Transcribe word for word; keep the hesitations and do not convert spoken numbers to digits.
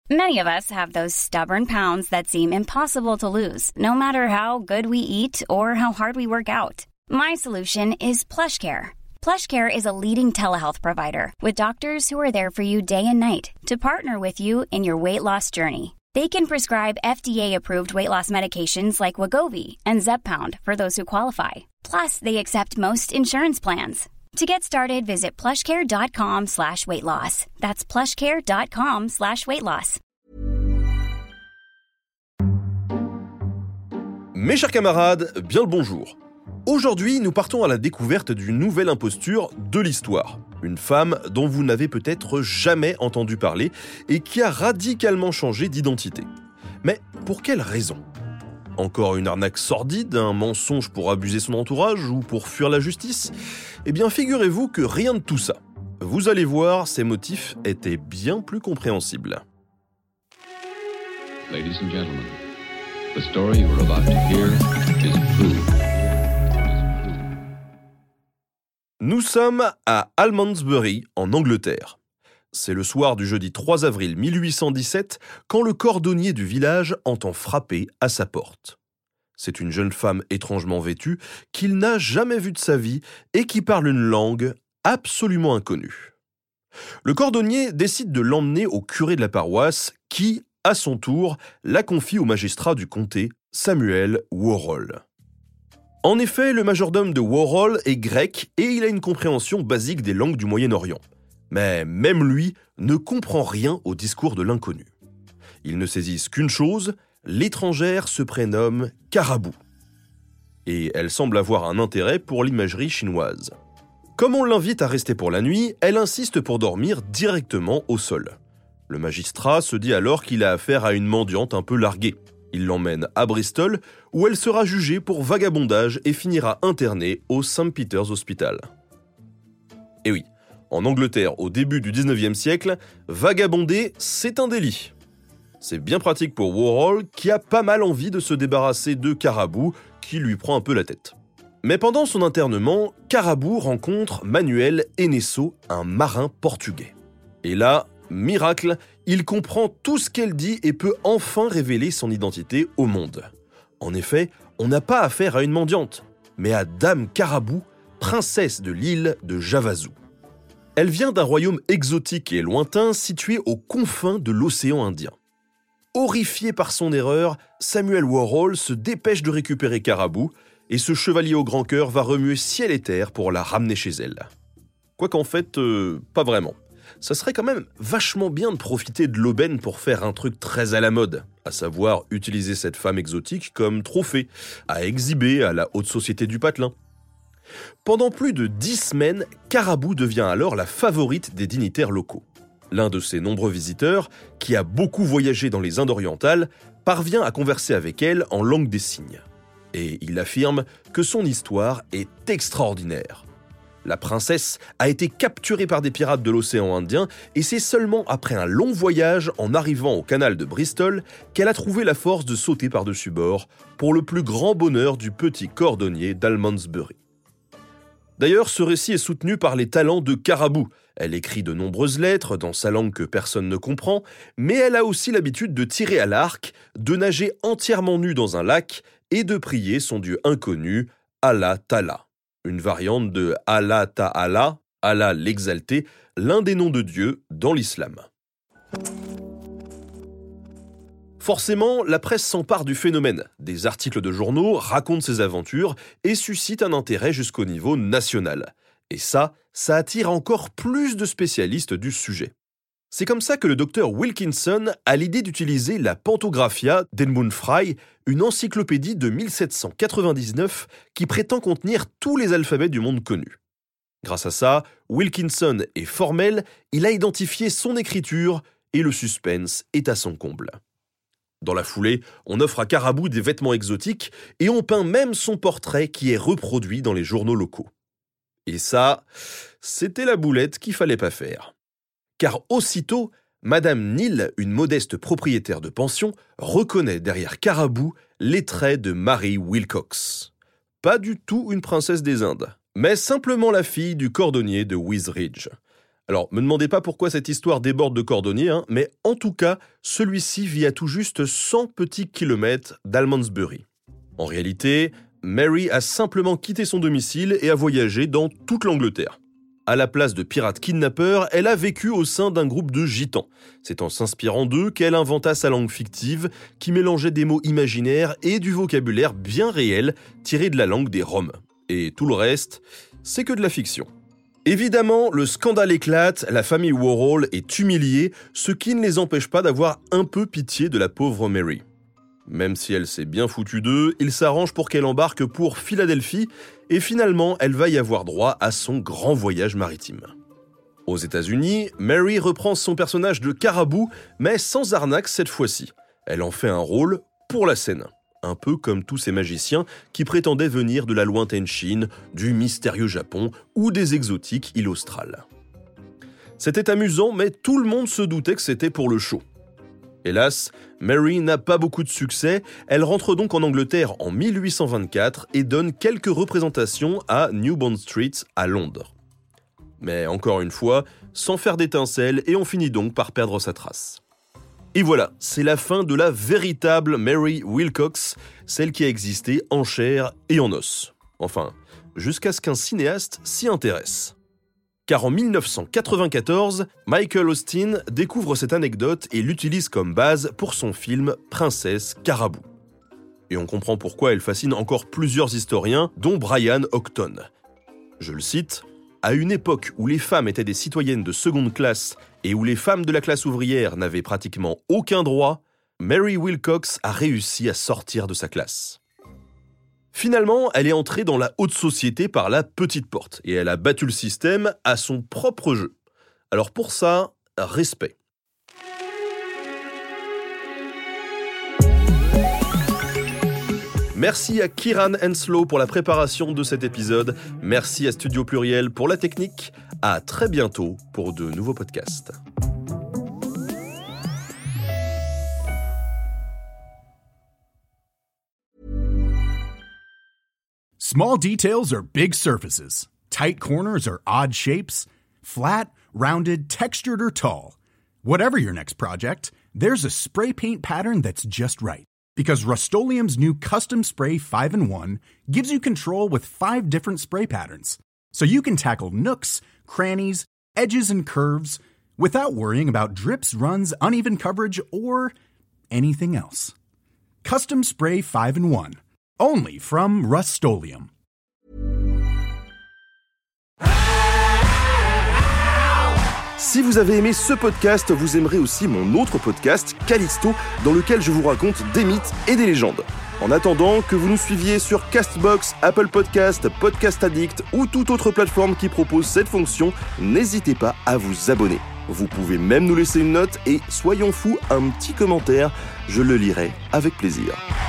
Many of us have those stubborn pounds that seem impossible to lose, no matter how good we eat or how hard we work out. My solution is PlushCare. PlushCare is a leading telehealth provider with doctors who are there for you day and night to partner with you in your weight loss journey. They can prescribe F D A-approved weight loss medications like Wegovy and Zepbound for those who qualify. Plus, they accept most insurance plans. To get started, visit plushcare.com slash weight loss. That's plushcare.com slash weight loss. Mes chers camarades, bien le bonjour. Aujourd'hui, nous partons à la découverte d'une nouvelle imposture de l'histoire. Une femme dont vous n'avez peut-être jamais entendu parler et qui a radicalement changé d'identité. Mais pour quelle raison ? Encore une arnaque sordide, un mensonge pour abuser son entourage ou pour fuir la justice ? Eh bien, figurez-vous que rien de tout ça. Vous allez voir, ces motifs étaient bien plus compréhensibles. Ladies and gentlemen, the story you're about to hear is true. Nous sommes à Almondsbury, en Angleterre. C'est le soir du jeudi trois avril mille huit cent dix-sept quand le cordonnier du village entend frapper à sa porte. C'est une jeune femme étrangement vêtue qu'il n'a jamais vue de sa vie et qui parle une langue absolument inconnue. Le cordonnier décide de l'emmener au curé de la paroisse qui, à son tour, la confie au magistrat du comté, Samuel Worrall. En effet, le majordome de Worrall est grec et il a une compréhension basique des langues du Moyen-Orient. Mais même lui ne comprend rien au discours de l'inconnu. Ils ne saisissent qu'une chose, l'étrangère se prénomme Carabou. Et elle semble avoir un intérêt pour l'imagerie chinoise. Comme on l'invite à rester pour la nuit, elle insiste pour dormir directement au sol. Le magistrat se dit alors qu'il a affaire à une mendiante un peu larguée. Il l'emmène à Bristol, où elle sera jugée pour vagabondage et finira internée au Saint Peter's Hospital. Et oui, en Angleterre, au début du dix-neuvième siècle, vagabonder, c'est un délit. C'est bien pratique pour Worrall, qui a pas mal envie de se débarrasser de Carabou, qui lui prend un peu la tête. Mais pendant son internement, Carabou rencontre Manuel Enesso, un marin portugais. Et là, miracle, il comprend tout ce qu'elle dit et peut enfin révéler son identité au monde. En effet, on n'a pas affaire à une mendiante, mais à Dame Carabou, princesse de l'île de Javazou. Elle vient d'un royaume exotique et lointain situé aux confins de l'océan Indien. Horrifié par son erreur, Samuel Worrall se dépêche de récupérer Carabou et ce chevalier au grand cœur va remuer ciel et terre pour la ramener chez elle. Quoiqu'en fait, euh, pas vraiment. Ça serait quand même vachement bien de profiter de l'aubaine pour faire un truc très à la mode, à savoir utiliser cette femme exotique comme trophée, à exhiber à la haute société du patelin. Pendant plus de dix semaines, Carabou devient alors la favorite des dignitaires locaux. L'un de ces nombreux visiteurs, qui a beaucoup voyagé dans les Indes orientales, parvient à converser avec elle en langue des signes. Et il affirme que son histoire est extraordinaire. La princesse a été capturée par des pirates de l'océan Indien et c'est seulement après un long voyage en arrivant au canal de Bristol qu'elle a trouvé la force de sauter par-dessus bord pour le plus grand bonheur du petit cordonnier d'Almondsbury. D'ailleurs, ce récit est soutenu par les talents de Carabou. Elle écrit de nombreuses lettres dans sa langue que personne ne comprend, mais elle a aussi l'habitude de tirer à l'arc, de nager entièrement nue dans un lac et de prier son dieu inconnu, Allah Ta'ala. Une variante de Allah Ta'ala, Allah l'exalté, l'un des noms de Dieu dans l'islam. Forcément, la presse s'empare du phénomène. Des articles de journaux racontent ses aventures et suscitent un intérêt jusqu'au niveau national. Et ça, ça attire encore plus de spécialistes du sujet. C'est comme ça que le docteur Wilkinson a l'idée d'utiliser la Pantographia d'Edmund Fry, une encyclopédie de mille sept cent quatre-vingt-dix-neuf qui prétend contenir tous les alphabets du monde connu. Grâce à ça, Wilkinson est formel, il a identifié son écriture et le suspense est à son comble. Dans la foulée, on offre à Carabou des vêtements exotiques et on peint même son portrait qui est reproduit dans les journaux locaux. Et ça, c'était la boulette qu'il fallait pas faire. Car aussitôt, Madame Neal, une modeste propriétaire de pension, reconnaît derrière Carabou les traits de Mary Wilcox. Pas du tout une princesse des Indes, mais simplement la fille du cordonnier de Wisridge. Alors, me demandez pas pourquoi cette histoire déborde de cordonniers, hein, mais en tout cas, celui-ci vit à tout juste cent petits kilomètres d'Almondsbury. En réalité, Mary a simplement quitté son domicile et a voyagé dans toute l'Angleterre. À la place de pirates kidnappeurs, elle a vécu au sein d'un groupe de gitans. C'est en s'inspirant d'eux qu'elle inventa sa langue fictive, qui mélangeait des mots imaginaires et du vocabulaire bien réel tiré de la langue des Roms. Et tout le reste, c'est que de la fiction. Évidemment, le scandale éclate, la famille Warhol est humiliée, ce qui ne les empêche pas d'avoir un peu pitié de la pauvre Mary. Même si elle s'est bien foutue d'eux, ils s'arrangent pour qu'elle embarque pour Philadelphie et finalement, elle va y avoir droit à son grand voyage maritime. Aux États-Unis, Mary reprend son personnage de Carabou, mais sans arnaque cette fois-ci. Elle en fait un rôle pour la scène. Un peu comme tous ces magiciens qui prétendaient venir de la lointaine Chine, du mystérieux Japon ou des exotiques îles australes. C'était amusant, mais tout le monde se doutait que c'était pour le show. Hélas, Mary n'a pas beaucoup de succès, elle rentre donc en Angleterre en mille huit cent vingt-quatre et donne quelques représentations à New Bond Street à Londres. Mais encore une fois, sans faire d'étincelles et on finit donc par perdre sa trace. Et voilà, c'est la fin de la véritable Mary Wilcox, celle qui a existé en chair et en os. Enfin, jusqu'à ce qu'un cinéaste s'y intéresse. Car en mille neuf cent quatre-vingt-quatorze, Michael Austin découvre cette anecdote et l'utilise comme base pour son film Princesse Carabou. Et on comprend pourquoi elle fascine encore plusieurs historiens, dont Brian Octon. Je le cite, « À une époque où les femmes étaient des citoyennes de seconde classe et où les femmes de la classe ouvrière n'avaient pratiquement aucun droit, Mary Wilcox a réussi à sortir de sa classe. » Finalement, elle est entrée dans la haute société par la petite porte et elle a battu le système à son propre jeu. Alors pour ça, respect. Merci à Kieran Henslow pour la préparation de cet épisode. Merci à Studio Pluriel pour la technique. À très bientôt pour de nouveaux podcasts. Small details are big surfaces. Tight corners are odd shapes. Flat, rounded, textured, or tall. Whatever your next project, there's a spray paint pattern that's just right. Because Rust-Oleum's new Custom Spray five in one gives you control with five different spray patterns. So you can tackle nooks, crannies, edges, and curves without worrying about drips, runs, uneven coverage, or anything else. Custom Spray five in one. Only from Rust-Oleum. Si vous avez aimé ce podcast, vous aimerez aussi mon autre podcast, Callisto, dans lequel je vous raconte des mythes et des légendes. En attendant, que vous nous suiviez sur Castbox, Apple Podcast, Podcast Addict ou toute autre plateforme qui propose cette fonction, n'hésitez pas à vous abonner. Vous pouvez même nous laisser une note et, soyons fous, un petit commentaire, je le lirai avec plaisir.